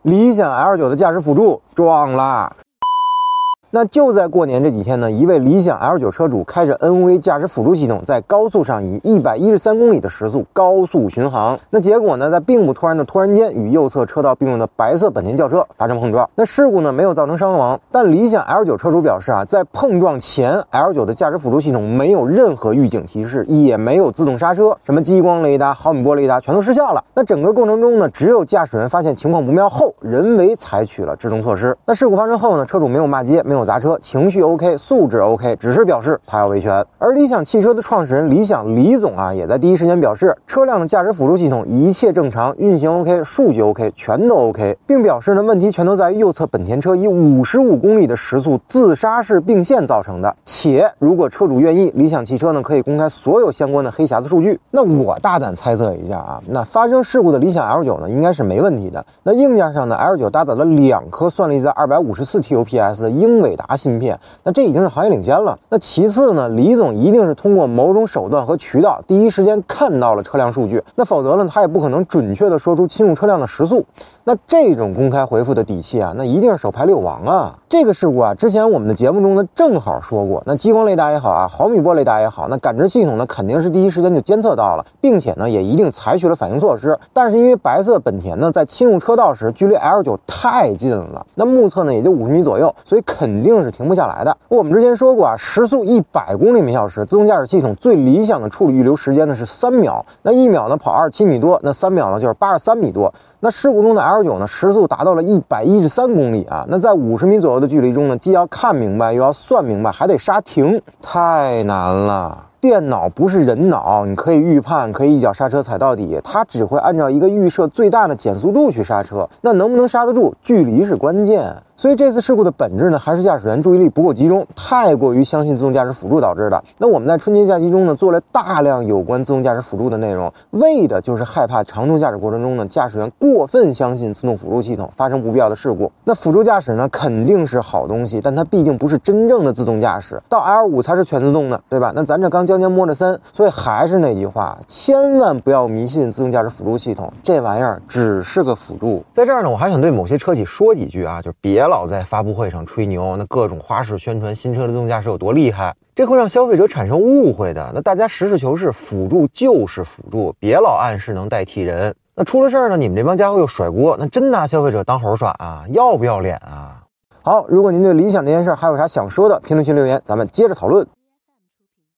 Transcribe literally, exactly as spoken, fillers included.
理想 L 九 的驾驶辅助撞啦。那就在过年这几天呢，一位理想 L 九 车主开着 N V 驾驶辅助系统，在高速上以一百一十三公里的时速高速巡航。那结果呢，在并不突然的突然间，与右侧车道并用的白色本田轿车发生碰撞。那事故呢没有造成伤亡，但理想 L 九 车主表示啊，在碰撞前 L 九 的驾驶辅助系统没有任何预警提示，也没有自动刹车，什么激光雷达、毫米波雷达全都失效了。那整个过程中呢，只有驾驶员发现情况不妙后，人为采取了制动措施。那事故发生后呢，车主没有骂街，没有砸车，情绪 OK， 素质 OK， 只是表示他要维权。而理想汽车的创始人理想李总啊，也在第一时间表示，车辆的驾驶辅助系统一切正常，运行 OK， 数据 OK， 全都 OK， 并表示呢，问题全都在于右侧本田车以五十五公里的时速自刹式并线造成的。且如果车主愿意，理想汽车呢可以公开所有相关的黑匣子数据。那我大胆猜测一下啊，那发生事故的理想 L 九 呢，应该是没问题的。那硬件上呢 ，L 九 搭载了两颗算力在二百五十四 T O P S 的英伟达芯片，那这已经是行业领先了。那其次呢，李总一定是通过某种手段和渠道，第一时间看到了车辆数据，那否则呢，他也不可能准确的说出侵入车辆的时速。那这种公开回复的底气啊，那一定是手牌六王啊。这个事故啊，之前我们的节目中呢正好说过，那激光雷达也好啊，毫米波雷达也好，那感知系统呢肯定是第一时间就监测到了，并且呢也一定采取了反应措施。但是因为白色本田呢在侵入车道时距离 L 九 太近了，那目测呢也就五十米左右，所以肯定是停不下来的。我们之前说过啊，时速一百公里每小时，自动驾驶系统最理想的处理预留时间呢是三秒，那一秒呢跑二十七米多，那三秒呢就是八十三米多。那事故中的 L 九 呢时速达到了一百一十三公里啊，那在五十米左右的距离中呢，既要看明白又要算明白，还得刹停，太难了。电脑不是人脑，你可以预判，可以一脚刹车踩到底，它只会按照一个预设最大的减速度去刹车，那能不能刹得住，距离是关键。所以这次事故的本质呢，还是驾驶员注意力不够集中，太过于相信自动驾驶辅助导致的。那我们在春节假期中呢，做了大量有关自动驾驶辅助的内容，为的就是害怕长途驾驶过程中呢，驾驶员过分相信自动辅助系统，发生不必要的事故。那辅助驾驶呢，肯定是好东西，但它毕竟不是真正的自动驾驶，到 L 五 才是全自动的，对吧？那咱这刚将将摸着三，所以还是那句话，千万不要迷信自动驾驶辅助系统，这玩意儿只是个辅助。在这儿呢，我还想对某些车企说几句啊，就别老在发布会上吹牛，那各种花式宣传新车的自动驾驶有多厉害，这会让消费者产生误会的。那大家实事求是，辅助就是辅助，别老暗示能代替人。那出了事儿呢，你们这帮家伙又甩锅，那真拿消费者当猴耍啊，要不要脸啊？好，如果您对理想这件事还有啥想说的，评论区留言，咱们接着讨论。